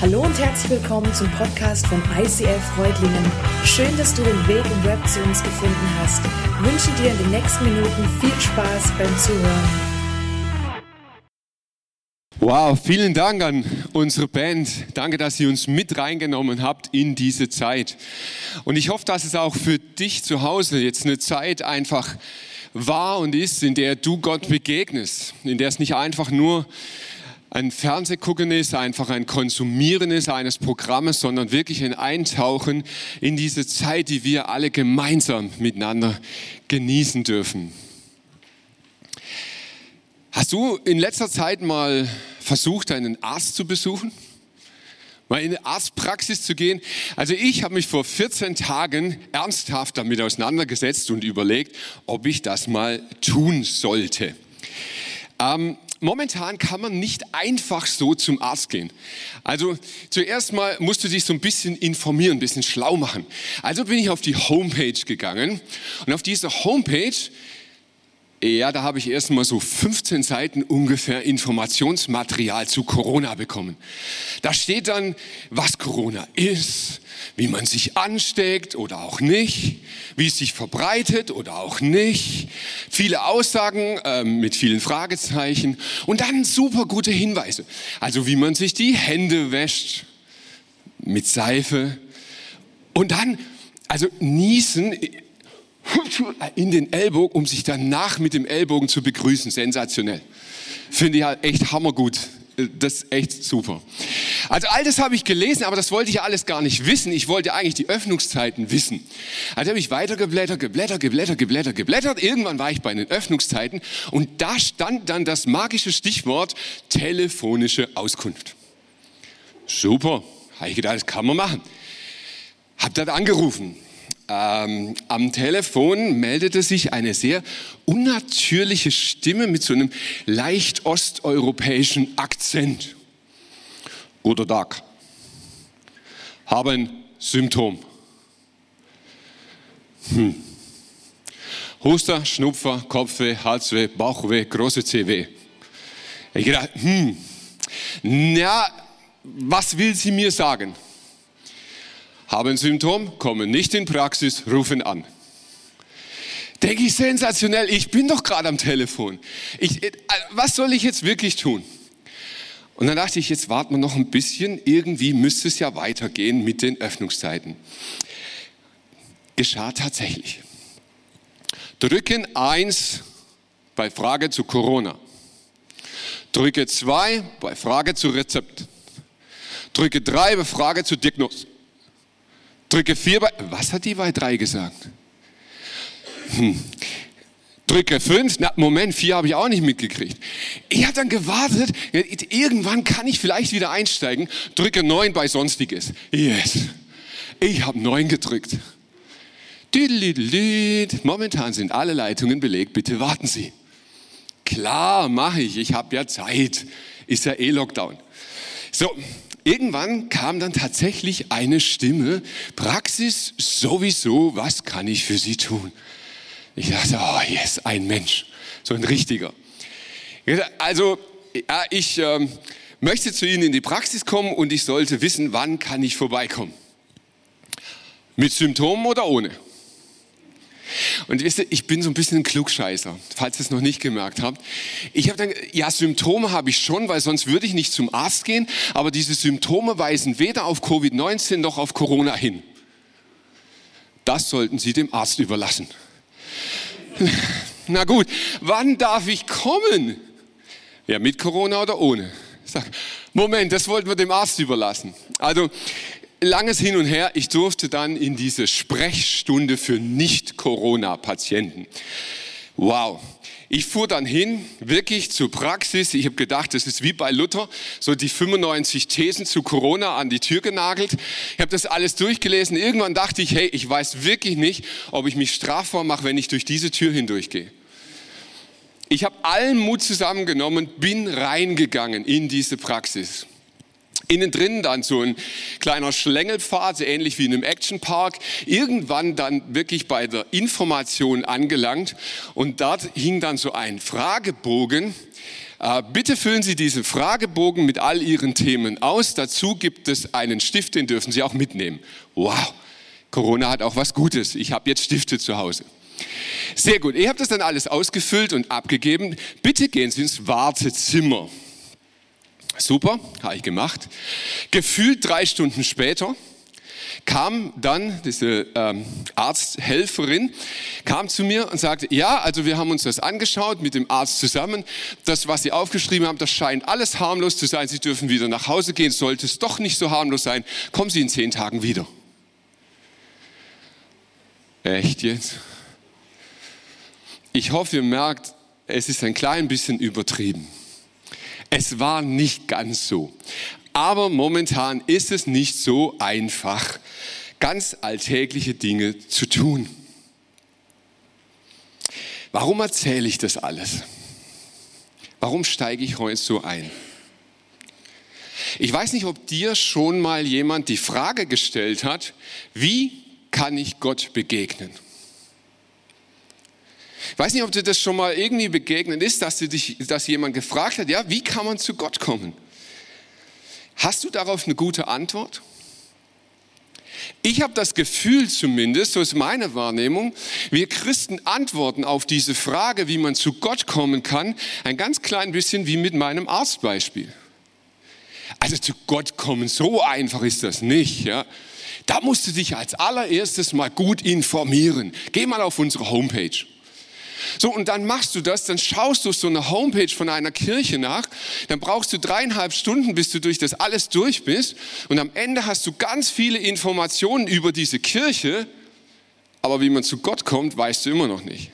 Hallo und herzlich willkommen zum Podcast von ICF Reutlingen. Schön, dass du den Weg im Web zu uns gefunden hast. Ich wünsche dir in den nächsten Minuten viel Spaß beim Zuhören. Wow, vielen Dank an unsere Band. Danke, dass ihr uns mit reingenommen habt in diese Zeit. Und ich hoffe, dass es auch für dich zu Hause jetzt eine Zeit einfach war und ist, in der du Gott begegnest, in der es nicht einfach nur ein Fernsehgucken ist, einfach ein Konsumieren ist eines Programmes, sondern wirklich ein Eintauchen in diese Zeit, die wir alle gemeinsam miteinander genießen dürfen. Hast du in letzter Zeit mal versucht, einen Arzt zu besuchen? Mal in eine Arztpraxis zu gehen? Also ich habe mich vor 14 Tagen ernsthaft damit auseinandergesetzt und überlegt, ob ich das mal tun sollte. Momentan kann man nicht einfach so zum Arzt gehen. Also zuerst mal musst du dich so ein bisschen informieren, ein bisschen schlau machen. Also bin ich auf die Homepage gegangen und auf dieser Homepage, ja, da habe ich erst mal so 15 Seiten ungefähr Informationsmaterial zu Corona bekommen. Da steht dann, was Corona ist, wie man sich ansteckt oder auch nicht, wie es sich verbreitet oder auch nicht. Viele Aussagen mit vielen Fragezeichen und dann super gute Hinweise. Also wie man sich die Hände wäscht mit Seife und dann, also niesen in den Ellbogen, um sich danach mit dem Ellbogen zu begrüßen. Sensationell. Finde ich halt echt hammergut. Das ist echt super. Also all das habe ich gelesen, aber das wollte ich alles gar nicht wissen. Ich wollte eigentlich die Öffnungszeiten wissen. Also habe ich weiter geblättert. Irgendwann war ich bei den Öffnungszeiten und da stand dann das magische Stichwort telefonische Auskunft. Super. Habe ich gedacht, das kann man machen. Habe dann angerufen. Am Telefon meldete sich eine sehr unnatürliche Stimme mit so einem leicht osteuropäischen Akzent. Guten Tag. Haben Symptom. Huster, Schnupfer, Kopfweh, Halsweh, Bauchweh, große Zehweh. Ich gedacht, was will sie mir sagen? Haben Symptom, kommen nicht in Praxis, rufen an. Denke ich, sensationell, ich bin doch gerade am Telefon. Was soll ich jetzt wirklich tun? Und dann dachte ich, jetzt warten wir noch ein bisschen, irgendwie müsste es ja weitergehen mit den Öffnungszeiten. Geschah tatsächlich. Drücken 1 bei Frage zu Corona. Drücke 2 bei Frage zu Rezept. Drücke 3 bei Frage zu Diagnose. Drücke 4 bei, was hat die bei 3 gesagt? Drücke 5, Moment, 4 habe ich auch nicht mitgekriegt. Ich habe dann gewartet, irgendwann kann ich vielleicht wieder einsteigen. Drücke 9 bei Sonstiges. Yes, ich habe 9 gedrückt. Momentan sind alle Leitungen belegt, bitte warten Sie. Klar, mache ich habe ja Zeit, ist ja Lockdown. So. Irgendwann kam dann tatsächlich eine Stimme, Praxis sowieso, was kann ich für Sie tun? Ich dachte, oh yes, ein Mensch, so ein richtiger. Also ja, ich möchte zu Ihnen in die Praxis kommen und ich sollte wissen, wann kann ich vorbeikommen? Mit Symptomen oder ohne? Und wisst ihr, ich bin so ein bisschen ein Klugscheißer, falls ihr es noch nicht gemerkt habt. Ich habe dann, ja, Symptome habe ich schon, weil sonst würde ich nicht zum Arzt gehen. Aber diese Symptome weisen weder auf Covid-19 noch auf Corona hin. Das sollten Sie dem Arzt überlassen. Na gut, wann darf ich kommen? Ja, mit Corona oder ohne? Ich sag, Moment, das wollten wir dem Arzt überlassen. Also langes Hin und Her, ich durfte dann in diese Sprechstunde für Nicht-Corona-Patienten. Wow. Ich fuhr dann hin, wirklich zur Praxis. Ich habe gedacht, das ist wie bei Luther, so die 95 Thesen zu Corona an die Tür genagelt. Ich habe das alles durchgelesen. Irgendwann dachte ich, hey, ich weiß wirklich nicht, ob ich mich strafbar mache, wenn ich durch diese Tür hindurchgehe. Ich habe allen Mut zusammengenommen, bin reingegangen in diese Praxis. Innen drin dann so ein kleiner Schlängelpfad, so ähnlich wie in einem Actionpark. Irgendwann dann wirklich bei der Information angelangt und dort hing dann so ein Fragebogen. Bitte füllen Sie diesen Fragebogen mit all Ihren Themen aus. Dazu gibt es einen Stift, den dürfen Sie auch mitnehmen. Wow, Corona hat auch was Gutes. Ich habe jetzt Stifte zu Hause. Sehr gut, ihr habt das dann alles ausgefüllt und abgegeben. Bitte gehen Sie ins Wartezimmer. Super, habe ich gemacht. Gefühlt 3 Stunden später kam dann diese Arzthelferin, kam zu mir und sagte, ja, also wir haben uns das angeschaut mit dem Arzt zusammen. Das, was Sie aufgeschrieben haben, das scheint alles harmlos zu sein. Sie dürfen wieder nach Hause gehen. Sollte es doch nicht so harmlos sein, kommen Sie in 10 Tagen wieder. Echt jetzt? Ich hoffe, ihr merkt, es ist ein klein bisschen übertrieben. Es war nicht ganz so. Aber momentan ist es nicht so einfach, ganz alltägliche Dinge zu tun. Warum erzähle ich das alles? Warum steige ich heute so ein? Ich weiß nicht, ob dir schon mal jemand die Frage gestellt hat, wie kann ich Gott begegnen? Ich weiß nicht, ob dir das schon mal irgendwie begegnet ist, dass jemand gefragt hat, ja, wie kann man zu Gott kommen? Hast du darauf eine gute Antwort? Ich habe das Gefühl zumindest, so ist meine Wahrnehmung, wir Christen antworten auf diese Frage, wie man zu Gott kommen kann, ein ganz klein bisschen wie mit meinem Arztbeispiel. Also zu Gott kommen, so einfach ist das nicht. Ja? Da musst du dich als allererstes mal gut informieren. Geh mal auf unsere Homepage. So, und dann machst du das, dann schaust du auf so eine Homepage von einer Kirche nach, dann brauchst du 3,5 Stunden, bis du durch das alles durch bist und am Ende hast du ganz viele Informationen über diese Kirche, aber wie man zu Gott kommt, weißt du immer noch nicht.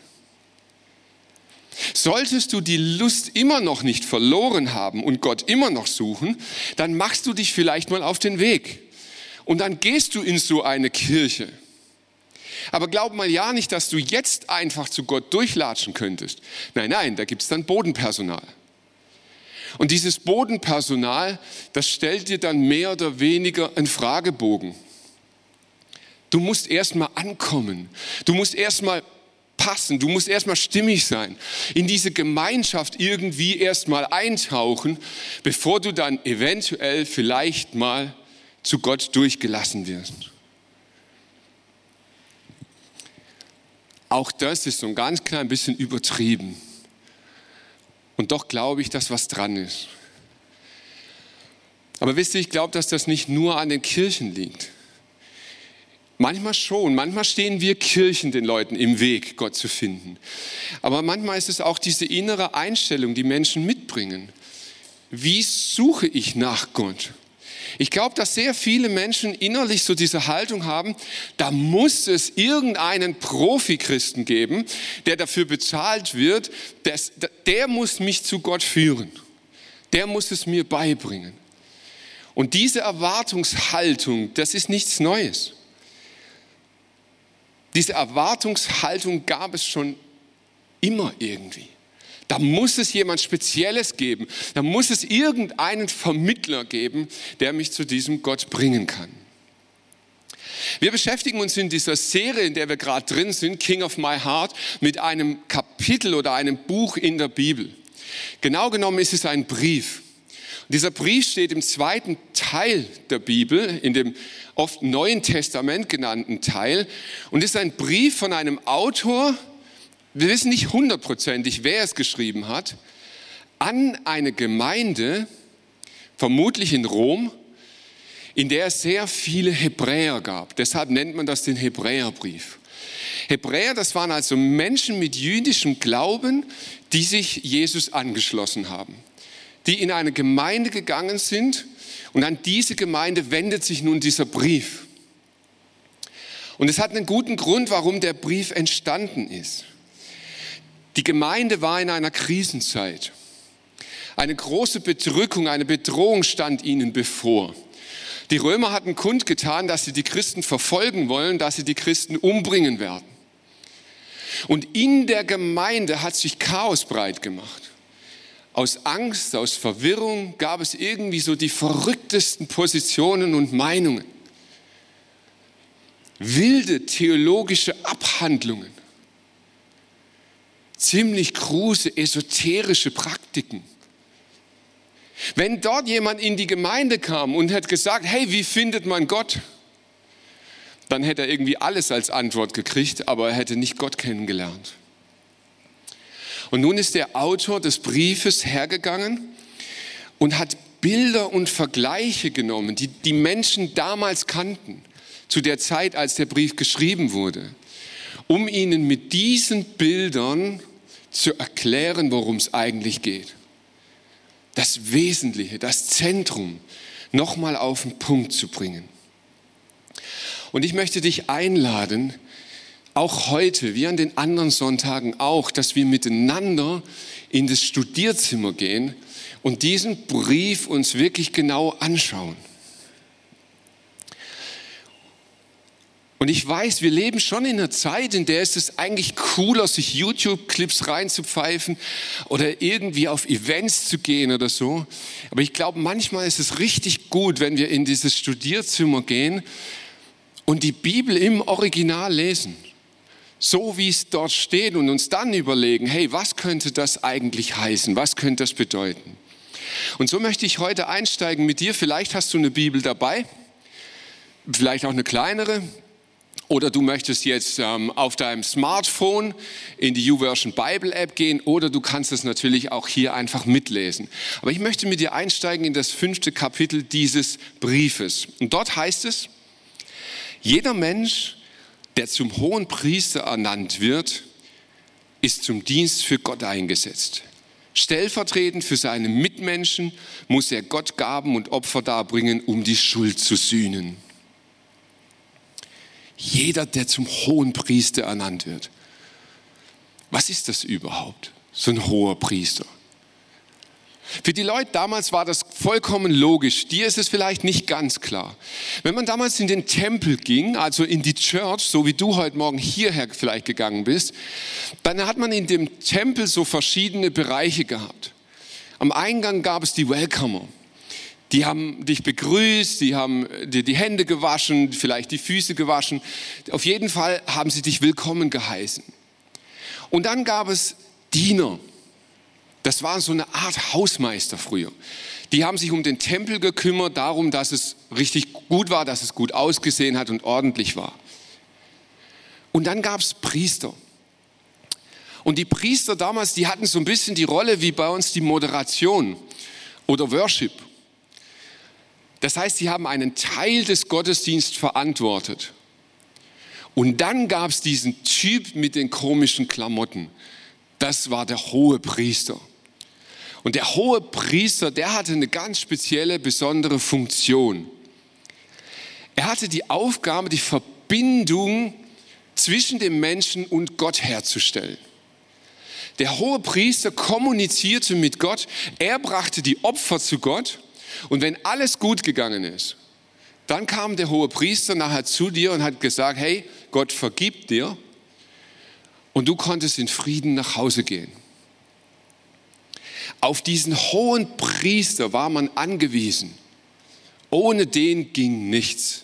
Solltest du die Lust immer noch nicht verloren haben und Gott immer noch suchen, dann machst du dich vielleicht mal auf den Weg und dann gehst du in so eine Kirche. Aber glaub mal ja nicht, dass du jetzt einfach zu Gott durchlatschen könntest. Nein, da gibt es dann Bodenpersonal. Und dieses Bodenpersonal, das stellt dir dann mehr oder weniger einen Fragebogen. Du musst erstmal ankommen. Du musst erstmal passen. Du musst erstmal stimmig sein. In diese Gemeinschaft irgendwie erstmal eintauchen, bevor du dann eventuell vielleicht mal zu Gott durchgelassen wirst. Auch das ist so ein ganz klein bisschen übertrieben. Und doch glaube ich, dass was dran ist. Aber wisst ihr, ich glaube, dass das nicht nur an den Kirchen liegt. Manchmal schon, manchmal stehen wir Kirchen den Leuten im Weg, Gott zu finden. Aber manchmal ist es auch diese innere Einstellung, die Menschen mitbringen. Wie suche ich nach Gott? Ich glaube, dass sehr viele Menschen innerlich so diese Haltung haben, da muss es irgendeinen Profi-Christen geben, der dafür bezahlt wird, der muss mich zu Gott führen. Der muss es mir beibringen. Und diese Erwartungshaltung, das ist nichts Neues. Diese Erwartungshaltung gab es schon immer irgendwie. Da muss es jemand Spezielles geben. Da muss es irgendeinen Vermittler geben, der mich zu diesem Gott bringen kann. Wir beschäftigen uns in dieser Serie, in der wir gerade drin sind, King of My Heart, mit einem Kapitel oder einem Buch in der Bibel. Genau genommen ist es ein Brief. Und dieser Brief steht im 2. Teil der Bibel, in dem oft Neuen Testament genannten Teil, und ist ein Brief von einem Autor. Wir wissen nicht 100%, wer es geschrieben hat, an eine Gemeinde, vermutlich in Rom, in der es sehr viele Hebräer gab. Deshalb nennt man das den Hebräerbrief. Hebräer, das waren also Menschen mit jüdischem Glauben, die sich Jesus angeschlossen haben, die in eine Gemeinde gegangen sind und an diese Gemeinde wendet sich nun dieser Brief. Und es hat einen guten Grund, warum der Brief entstanden ist. Die Gemeinde war in einer Krisenzeit. Eine große Bedrückung, eine Bedrohung stand ihnen bevor. Die Römer hatten kundgetan, dass sie die Christen verfolgen wollen, dass sie die Christen umbringen werden. Und in der Gemeinde hat sich Chaos breit gemacht. Aus Angst, aus Verwirrung gab es irgendwie so die verrücktesten Positionen und Meinungen. Wilde theologische Abhandlungen. Ziemlich kruse, esoterische Praktiken. Wenn dort jemand in die Gemeinde kam und hat gesagt, hey, wie findet man Gott? Dann hätte er irgendwie alles als Antwort gekriegt, aber er hätte nicht Gott kennengelernt. Und nun ist der Autor des Briefes hergegangen und hat Bilder und Vergleiche genommen, die die Menschen damals kannten, zu der Zeit, als der Brief geschrieben wurde, um ihnen mit diesen Bildern zu erklären, worum es eigentlich geht. Das Wesentliche, das Zentrum nochmal auf den Punkt zu bringen. Und ich möchte dich einladen, auch heute, wie an den anderen Sonntagen auch, dass wir miteinander in das Studierzimmer gehen und diesen Brief uns wirklich genau anschauen. Und ich weiß, wir leben schon in einer Zeit, in der ist es eigentlich cooler, sich YouTube-Clips reinzupfeifen oder irgendwie auf Events zu gehen oder so. Aber ich glaube, manchmal ist es richtig gut, wenn wir in dieses Studierzimmer gehen und die Bibel im Original lesen. So wie es dort steht und uns dann überlegen, hey, was könnte das eigentlich heißen? Was könnte das bedeuten? Und so möchte ich heute einsteigen mit dir. Vielleicht hast du eine Bibel dabei, vielleicht auch eine kleinere. Oder du möchtest jetzt auf deinem Smartphone in die YouVersion Bible App gehen oder du kannst es natürlich auch hier einfach mitlesen. Aber ich möchte mit dir einsteigen in das 5. Kapitel dieses Briefes. Und dort heißt es, jeder Mensch, der zum hohen Priester ernannt wird, ist zum Dienst für Gott eingesetzt. Stellvertretend für seine Mitmenschen muss er Gott Gaben und Opfer darbringen, um die Schuld zu sühnen. Jeder, der zum hohen Priester ernannt wird. Was ist das überhaupt, so ein hoher Priester? Für die Leute damals war das vollkommen logisch. Dir ist es vielleicht nicht ganz klar. Wenn man damals in den Tempel ging, also in die Church, so wie du heute Morgen hierher vielleicht gegangen bist, dann hat man in dem Tempel so verschiedene Bereiche gehabt. Am Eingang gab es die Welcomer. Die haben dich begrüßt, die haben dir die Hände gewaschen, vielleicht die Füße gewaschen. Auf jeden Fall haben sie dich willkommen geheißen. Und dann gab es Diener. Das war so eine Art Hausmeister früher. Die haben sich um den Tempel gekümmert, darum, dass es richtig gut war, dass es gut ausgesehen hat und ordentlich war. Und dann gab es Priester. Und die Priester damals, die hatten so ein bisschen die Rolle wie bei uns die Moderation oder Worship. Das heißt, sie haben einen Teil des Gottesdienstes verantwortet. Und dann gab es diesen Typ mit den komischen Klamotten. Das war der hohe Priester. Und der hohe Priester, der hatte eine ganz spezielle, besondere Funktion. Er hatte die Aufgabe, die Verbindung zwischen dem Menschen und Gott herzustellen. Der hohe Priester kommunizierte mit Gott, er brachte die Opfer zu Gott. Und wenn alles gut gegangen ist, dann kam der hohe Priester nachher zu dir und hat gesagt, hey, Gott vergibt dir und du konntest in Frieden nach Hause gehen. Auf diesen hohen Priester war man angewiesen. Ohne den ging nichts.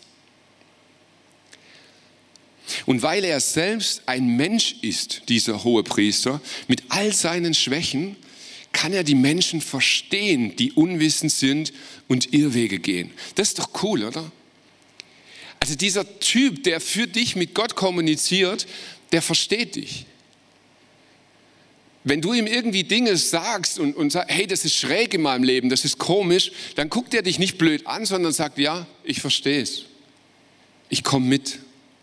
Und weil er selbst ein Mensch ist, dieser hohe Priester, mit all seinen Schwächen, kann er die Menschen verstehen, die unwissend sind und Irrwege gehen. Das ist doch cool, oder? Also dieser Typ, der für dich mit Gott kommuniziert, der versteht dich. Wenn du ihm irgendwie Dinge sagst und sagst, hey, das ist schräg in meinem Leben, das ist komisch, dann guckt er dich nicht blöd an, sondern sagt, ja, ich verstehe es. Ich komme mit.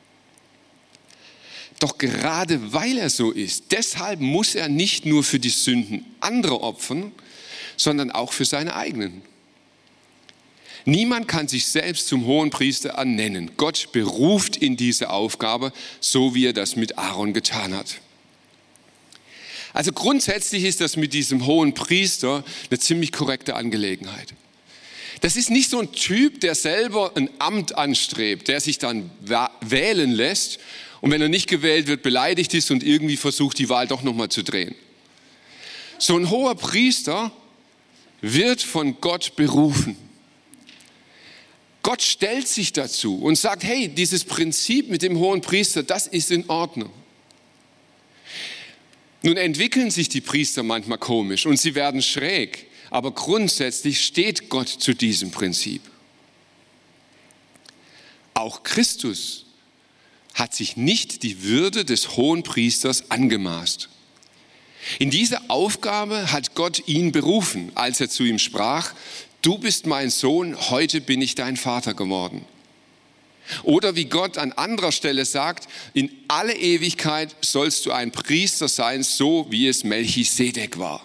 Doch gerade weil er so ist, deshalb muss er nicht nur für die Sünden anderer opfern, sondern auch für seine eigenen. Niemand kann sich selbst zum Hohenpriester ernennen. Gott beruft in diese Aufgabe, so wie er das mit Aaron getan hat. Also grundsätzlich ist das mit diesem Hohenpriester eine ziemlich korrekte Angelegenheit. Das ist nicht so ein Typ, der selber ein Amt anstrebt, der sich dann wählen lässt und wenn er nicht gewählt wird, beleidigt ist und irgendwie versucht, die Wahl doch nochmal zu drehen. So ein hoher Priester wird von Gott berufen. Gott stellt sich dazu und sagt, hey, dieses Prinzip mit dem hohen Priester, das ist in Ordnung. Nun entwickeln sich die Priester manchmal komisch und sie werden schräg, aber grundsätzlich steht Gott zu diesem Prinzip. Auch Christus hat sich nicht die Würde des Hohenpriesters angemaßt. In diese Aufgabe hat Gott ihn berufen, als er zu ihm sprach: Du bist mein Sohn, heute bin ich dein Vater geworden. Oder wie Gott an anderer Stelle sagt: In alle Ewigkeit sollst du ein Priester sein, so wie es Melchisedek war.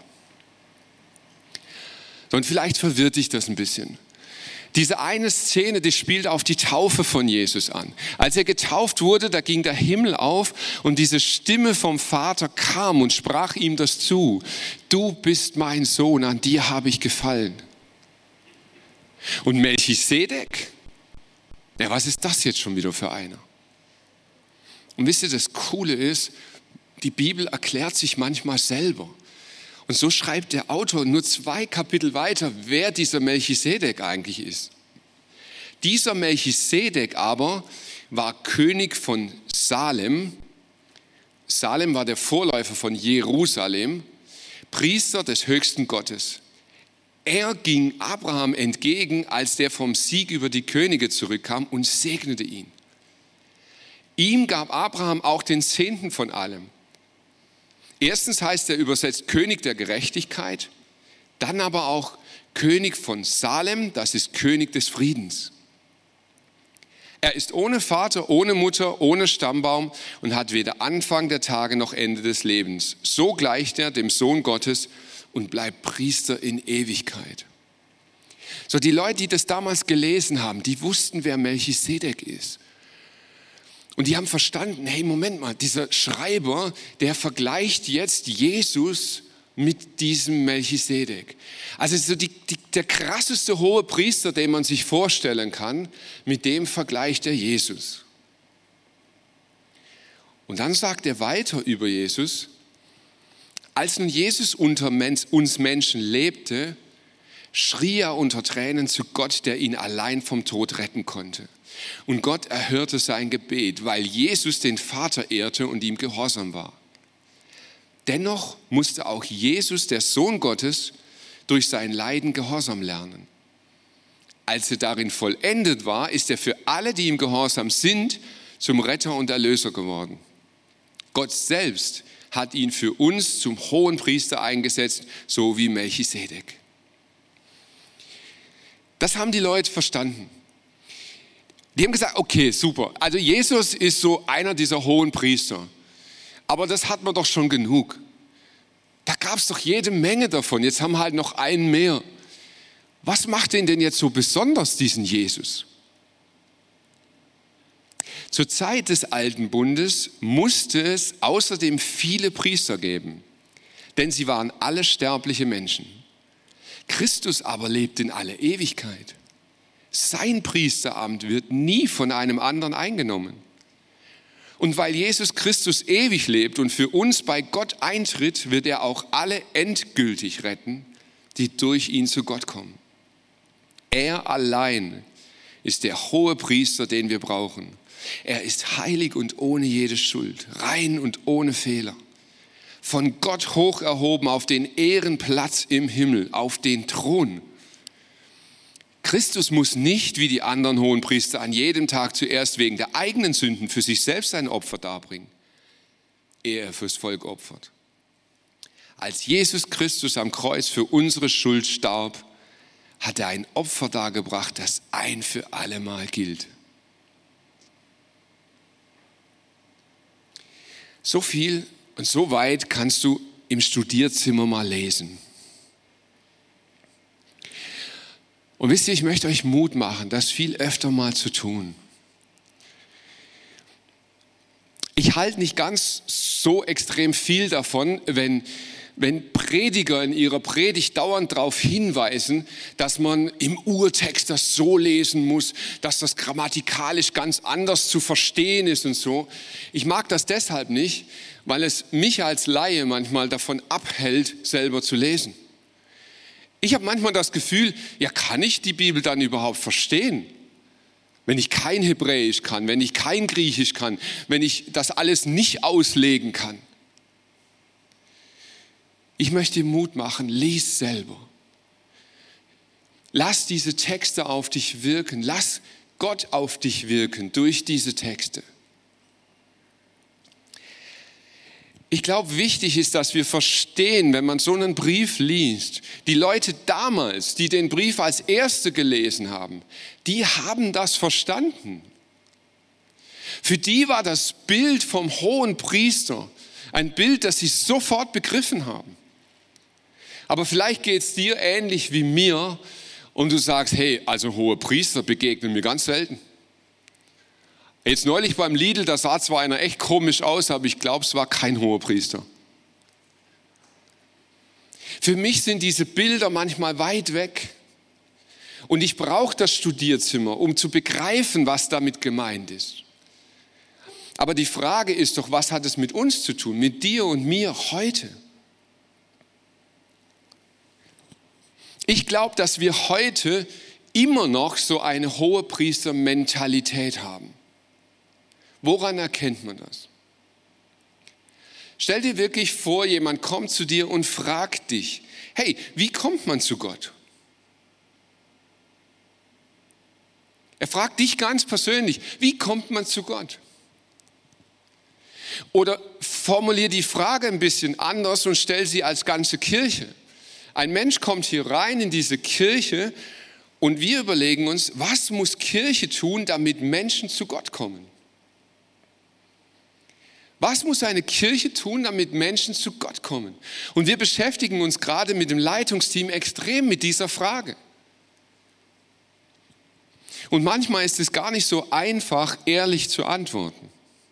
Und vielleicht verwirrt dich das ein bisschen. Diese eine Szene, die spielt auf die Taufe von Jesus an. Als er getauft wurde, da ging der Himmel auf und diese Stimme vom Vater kam und sprach ihm das zu: Du bist mein Sohn, an dir habe ich gefallen. Und Melchisedek, ja, was ist das jetzt schon wieder für einer? Und wisst ihr, das Coole ist, die Bibel erklärt sich manchmal selber. Und so schreibt der Autor nur 2 Kapitel weiter, wer dieser Melchisedek eigentlich ist. Dieser Melchisedek aber war König von Salem. Salem war der Vorläufer von Jerusalem, Priester des höchsten Gottes. Er ging Abraham entgegen, als der vom Sieg über die Könige zurückkam, und segnete ihn. Ihm gab Abraham auch den 10. von allem. Erstens heißt er übersetzt König der Gerechtigkeit, dann aber auch König von Salem, das ist König des Friedens. Er ist ohne Vater, ohne Mutter, ohne Stammbaum und hat weder Anfang der Tage noch Ende des Lebens. So gleicht er dem Sohn Gottes und bleibt Priester in Ewigkeit. So, die Leute, die das damals gelesen haben, die wussten, wer Melchisedek ist. Und die haben verstanden, hey, Moment mal, dieser Schreiber, der vergleicht jetzt Jesus mit diesem Melchisedek. Also so der krasseste hohe Priester, den man sich vorstellen kann, mit dem vergleicht er Jesus. Und dann sagt er weiter über Jesus: Als nun Jesus unter uns Menschen lebte, schrie er unter Tränen zu Gott, der ihn allein vom Tod retten konnte. Und Gott erhörte sein Gebet, weil Jesus den Vater ehrte und ihm gehorsam war. Dennoch musste auch Jesus, der Sohn Gottes, durch sein Leiden Gehorsam lernen. Als er darin vollendet war, ist er für alle, die ihm gehorsam sind, zum Retter und Erlöser geworden. Gott selbst hat ihn für uns zum Hohenpriester eingesetzt, so wie Melchisedek. Das haben die Leute verstanden. Die haben gesagt, okay, super, also Jesus ist so einer dieser hohen Priester. Aber das hat man doch schon genug. Da gab es doch jede Menge davon, jetzt haben wir halt noch einen mehr. Was macht den denn jetzt so besonders, diesen Jesus? Zur Zeit des Alten Bundes musste es außerdem viele Priester geben, denn sie waren alle sterbliche Menschen. Christus aber lebt in alle Ewigkeit. Sein Priesteramt wird nie von einem anderen eingenommen. Und weil Jesus Christus ewig lebt und für uns bei Gott eintritt, wird er auch alle endgültig retten, die durch ihn zu Gott kommen. Er allein ist der hohe Priester, den wir brauchen. Er ist heilig und ohne jede Schuld, rein und ohne Fehler. Von Gott hoch erhoben auf den Ehrenplatz im Himmel, auf den Thron. Christus muss nicht wie die anderen Hohenpriester an jedem Tag zuerst wegen der eigenen Sünden für sich selbst ein Opfer darbringen, ehe er fürs Volk opfert. Als Jesus Christus am Kreuz für unsere Schuld starb, hat er ein Opfer dargebracht, das ein für alle Mal gilt. So viel und so weit kannst du im Studierzimmer mal lesen. Und wisst ihr, ich möchte euch Mut machen, das viel öfter mal zu tun. Ich halte nicht ganz so extrem viel davon, wenn Prediger in ihrer Predigt dauernd darauf hinweisen, dass man im Urtext das so lesen muss, dass das grammatikalisch ganz anders zu verstehen ist und so. Ich mag das deshalb nicht, weil es mich als Laie manchmal davon abhält, selber zu lesen. Ich habe manchmal das Gefühl, ja, kann ich die Bibel dann überhaupt verstehen? Wenn ich kein Hebräisch kann, wenn ich kein Griechisch kann, wenn ich das alles nicht auslegen kann. Ich möchte dir Mut machen, lies selber. Lass diese Texte auf dich wirken. Lass Gott auf dich wirken durch diese Texte. Ich glaube, wichtig ist, dass wir verstehen, wenn man so einen Brief liest, die Leute damals, die den Brief als Erste gelesen haben, die haben das verstanden. Für die war das Bild vom hohen Priester ein Bild, das sie sofort begriffen haben. Aber vielleicht geht es dir ähnlich wie mir und du sagst, hey, also hohe Priester begegnen mir ganz selten. Jetzt neulich beim Lidl, da sah zwar einer echt komisch aus, aber ich glaube, es war kein hoher Priester. Für mich sind diese Bilder manchmal weit weg. Und ich brauche das Studierzimmer, um zu begreifen, was damit gemeint ist. Aber die Frage ist doch, was hat es mit uns zu tun, mit dir und mir heute? Ich glaube, dass wir heute immer noch so eine Hohepriester-Mentalität haben. Woran erkennt man das? Stell dir wirklich vor, jemand kommt zu dir und fragt dich, hey, wie kommt man zu Gott? Er fragt dich ganz persönlich, wie kommt man zu Gott? Oder formulier die Frage ein bisschen anders und stell sie als ganze Kirche. Ein Mensch kommt hier rein in diese Kirche und wir überlegen uns, was muss Kirche tun, damit Menschen zu Gott kommen? Was muss eine Kirche tun, damit Menschen zu Gott kommen? Und wir beschäftigen uns gerade mit dem Leitungsteam extrem mit dieser Frage. Und manchmal ist es gar nicht so einfach, ehrlich zu antworten.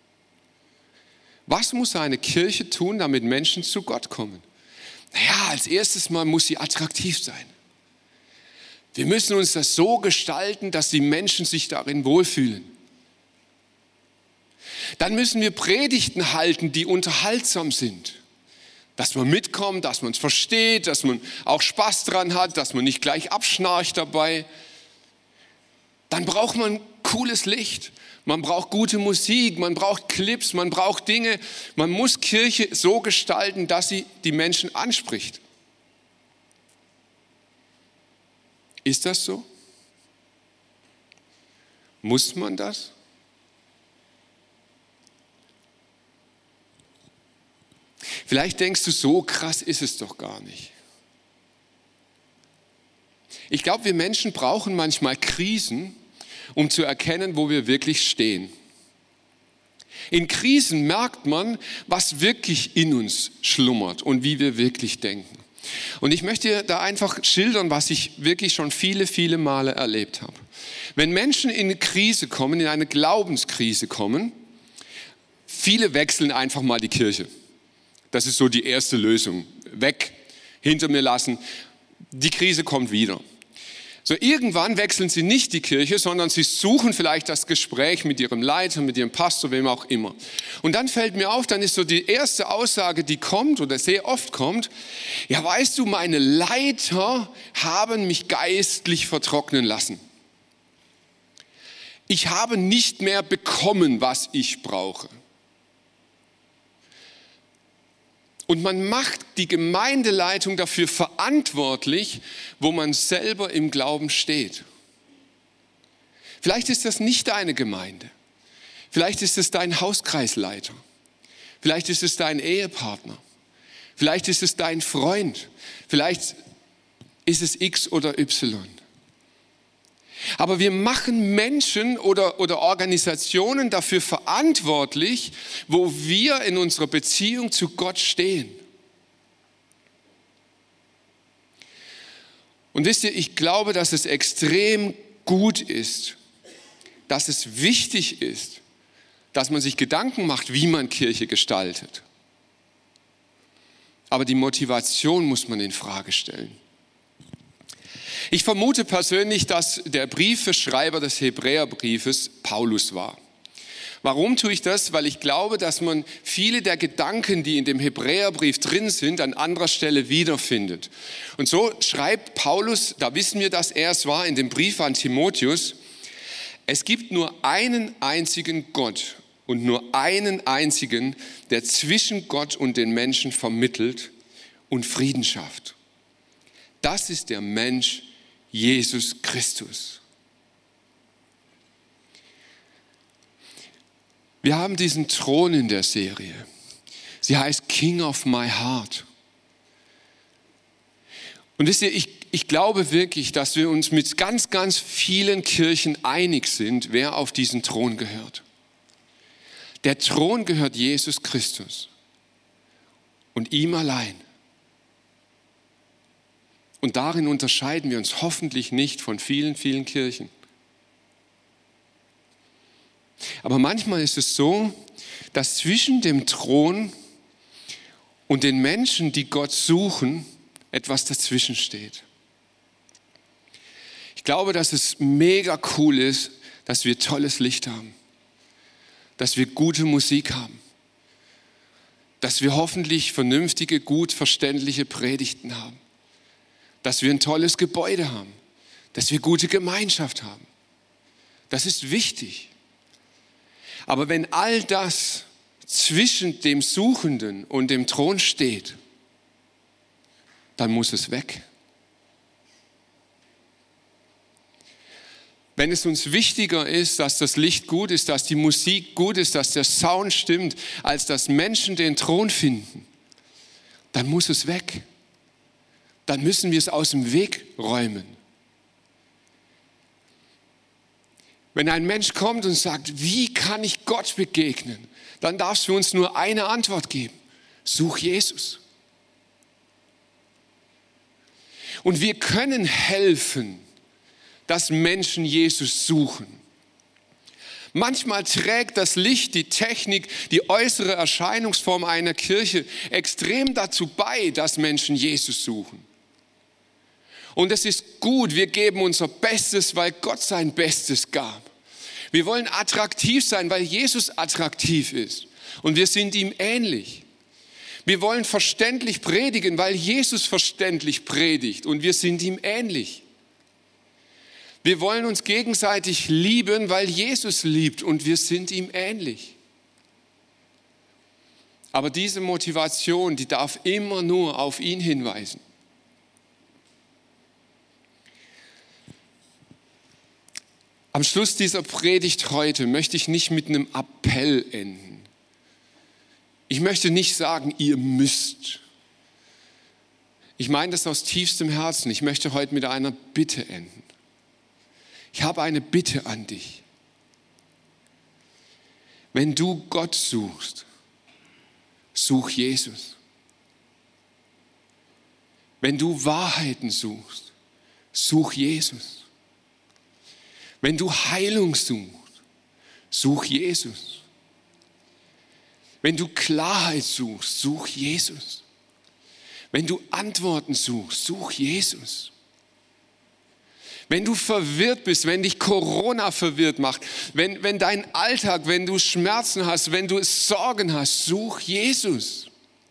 Was muss eine Kirche tun, damit Menschen zu Gott kommen? Naja, als erstes Mal muss sie attraktiv sein. Wir müssen uns das so gestalten, dass die Menschen sich darin wohlfühlen. Dann müssen wir Predigten halten, die unterhaltsam sind. Dass man mitkommt, dass man es versteht, dass man auch Spaß dran hat, dass man nicht gleich abschnarcht dabei. Dann braucht man cooles Licht, man braucht gute Musik, man braucht Clips, man braucht Dinge. Man muss Kirche so gestalten, dass sie die Menschen anspricht. Ist das so? Muss man das? Vielleicht denkst du, so krass ist es doch gar nicht. Ich glaube, wir Menschen brauchen manchmal Krisen, um zu erkennen, wo wir wirklich stehen. In Krisen merkt man, was wirklich in uns schlummert und wie wir wirklich denken. Und ich möchte dir da einfach schildern, was ich wirklich schon viele, viele Male erlebt habe. Wenn Menschen in eine Krise kommen, in eine Glaubenskrise kommen, viele wechseln einfach mal die Kirche. Das ist so die erste Lösung. Weg, hinter mir lassen, die Krise kommt wieder. So, irgendwann wechseln sie nicht die Kirche, sondern sie suchen vielleicht das Gespräch mit ihrem Leiter, mit ihrem Pastor, wem auch immer. Und dann fällt mir auf, dann ist so die erste Aussage, die kommt oder sehr oft kommt, ja weißt du, meine Leiter haben mich geistlich vertrocknen lassen. Ich habe nicht mehr bekommen, was ich brauche. Und man macht die Gemeindeleitung dafür verantwortlich, wo man selber im Glauben steht. Vielleicht ist das nicht deine Gemeinde. Vielleicht ist es dein Hauskreisleiter. Vielleicht ist es dein Ehepartner. Vielleicht ist es dein Freund. Vielleicht ist es X oder Y. Aber wir machen Menschen oder Organisationen dafür verantwortlich, wo wir in unserer Beziehung zu Gott stehen. Und wisst ihr, ich glaube, dass es extrem gut ist, dass es wichtig ist, dass man sich Gedanken macht, wie man Kirche gestaltet. Aber die Motivation muss man in Frage stellen. Ich vermute persönlich, dass der Briefeschreiber des Hebräerbriefes Paulus war. Warum tue ich das? Weil ich glaube, dass man viele der Gedanken, die in dem Hebräerbrief drin sind, an anderer Stelle wiederfindet. Und so schreibt Paulus, da wissen wir, dass er es war, in dem Brief an Timotheus, es gibt nur einen einzigen Gott und nur einen einzigen, der zwischen Gott und den Menschen vermittelt und Frieden schafft. Das ist der Mensch Jesus Christus. Wir haben diesen Thron in der Serie. Sie heißt King of My Heart. Und wisst ihr, ich glaube wirklich, dass wir uns mit ganz, ganz vielen Kirchen einig sind, wer auf diesen Thron gehört. Der Thron gehört Jesus Christus und ihm allein. Und darin unterscheiden wir uns hoffentlich nicht von vielen, vielen Kirchen. Aber manchmal ist es so, dass zwischen dem Thron und den Menschen, die Gott suchen, etwas dazwischen steht. Ich glaube, dass es mega cool ist, dass wir tolles Licht haben, dass wir gute Musik haben, dass wir hoffentlich vernünftige, gut verständliche Predigten haben, dass wir ein tolles Gebäude haben, dass wir gute Gemeinschaft haben. Das ist wichtig. Aber wenn all das zwischen dem Suchenden und dem Thron steht, dann muss es weg. Wenn es uns wichtiger ist, dass das Licht gut ist, dass die Musik gut ist, dass der Sound stimmt, als dass Menschen den Thron finden, dann muss es weg. Dann müssen wir es aus dem Weg räumen. Wenn ein Mensch kommt und sagt, wie kann ich Gott begegnen, dann darfst du uns nur eine Antwort geben. Such Jesus. Und wir können helfen, dass Menschen Jesus suchen. Manchmal trägt das Licht, die Technik, die äußere Erscheinungsform einer Kirche extrem dazu bei, dass Menschen Jesus suchen. Und es ist gut, wir geben unser Bestes, weil Gott sein Bestes gab. Wir wollen attraktiv sein, weil Jesus attraktiv ist. Und wir sind ihm ähnlich. Wir wollen verständlich predigen, weil Jesus verständlich predigt. Und wir sind ihm ähnlich. Wir wollen uns gegenseitig lieben, weil Jesus liebt. Und wir sind ihm ähnlich. Aber diese Motivation, die darf immer nur auf ihn hinweisen. Am Schluss dieser Predigt heute möchte ich nicht mit einem Appell enden. Ich möchte nicht sagen, ihr müsst. Ich meine das aus tiefstem Herzen. Ich möchte heute mit einer Bitte enden. Ich habe eine Bitte an dich. Wenn du Gott suchst, such Jesus. Wenn du Wahrheiten suchst, such Jesus. Wenn du Heilung suchst, such Jesus. Wenn du Klarheit suchst, such Jesus. Wenn du Antworten suchst, such Jesus. Wenn du verwirrt bist, wenn dich Corona verwirrt macht, wenn dein Alltag, wenn du Schmerzen hast, wenn du Sorgen hast, such Jesus.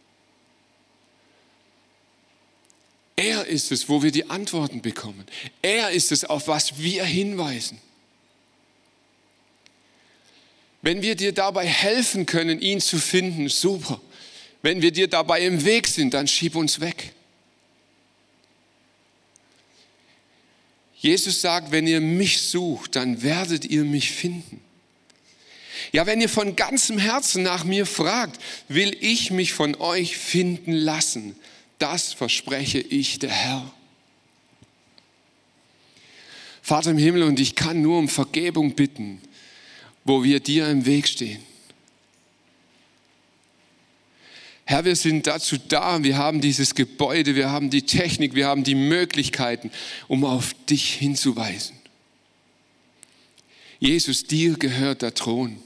Er ist es, wo wir die Antworten bekommen. Er ist es, auf was wir hinweisen. Wenn wir dir dabei helfen können, ihn zu finden, super. Wenn wir dir dabei im Weg sind, dann schieb uns weg. Jesus sagt, wenn ihr mich sucht, dann werdet ihr mich finden. Ja, wenn ihr von ganzem Herzen nach mir fragt, will ich mich von euch finden lassen. Das verspreche ich, der Herr. Vater im Himmel, und ich kann nur um Vergebung bitten, wo wir dir im Weg stehen. Herr, wir sind dazu da, wir haben dieses Gebäude, wir haben die Technik, wir haben die Möglichkeiten, um auf dich hinzuweisen. Jesus, dir gehört der Thron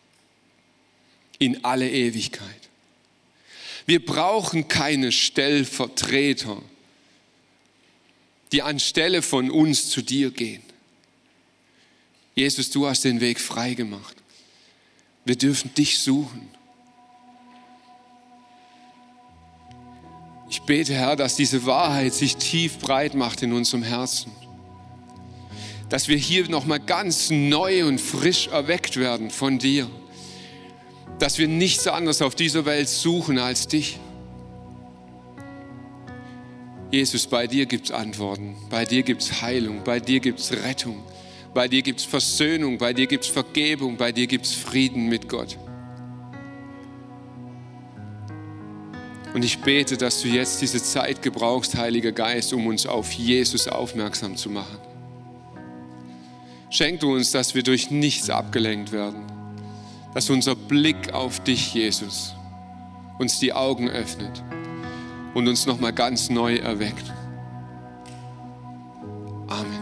in alle Ewigkeit. Wir brauchen keine Stellvertreter, die anstelle von uns zu dir gehen. Jesus, du hast den Weg frei gemacht. Wir dürfen dich suchen. Ich bete, Herr, dass diese Wahrheit sich tief breit macht in unserem Herzen. Dass wir hier nochmal ganz neu und frisch erweckt werden von dir. Dass wir nichts anderes auf dieser Welt suchen als dich. Jesus, bei dir gibt es Antworten, bei dir gibt es Heilung, bei dir gibt es Rettung, bei dir gibt es Versöhnung, bei dir gibt es Vergebung, bei dir gibt es Frieden mit Gott. Und ich bete, dass du jetzt diese Zeit gebrauchst, Heiliger Geist, um uns auf Jesus aufmerksam zu machen. Schenk du uns, dass wir durch nichts abgelenkt werden, dass unser Blick auf dich, Jesus, uns die Augen öffnet und uns nochmal ganz neu erweckt. Amen.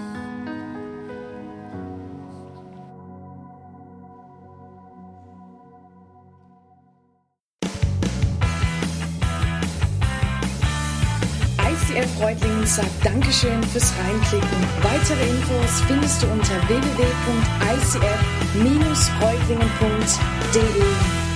ICF Reutlingen sagt Dankeschön fürs Reinklicken. Weitere Infos findest du unter www.icf-reutlingen.de.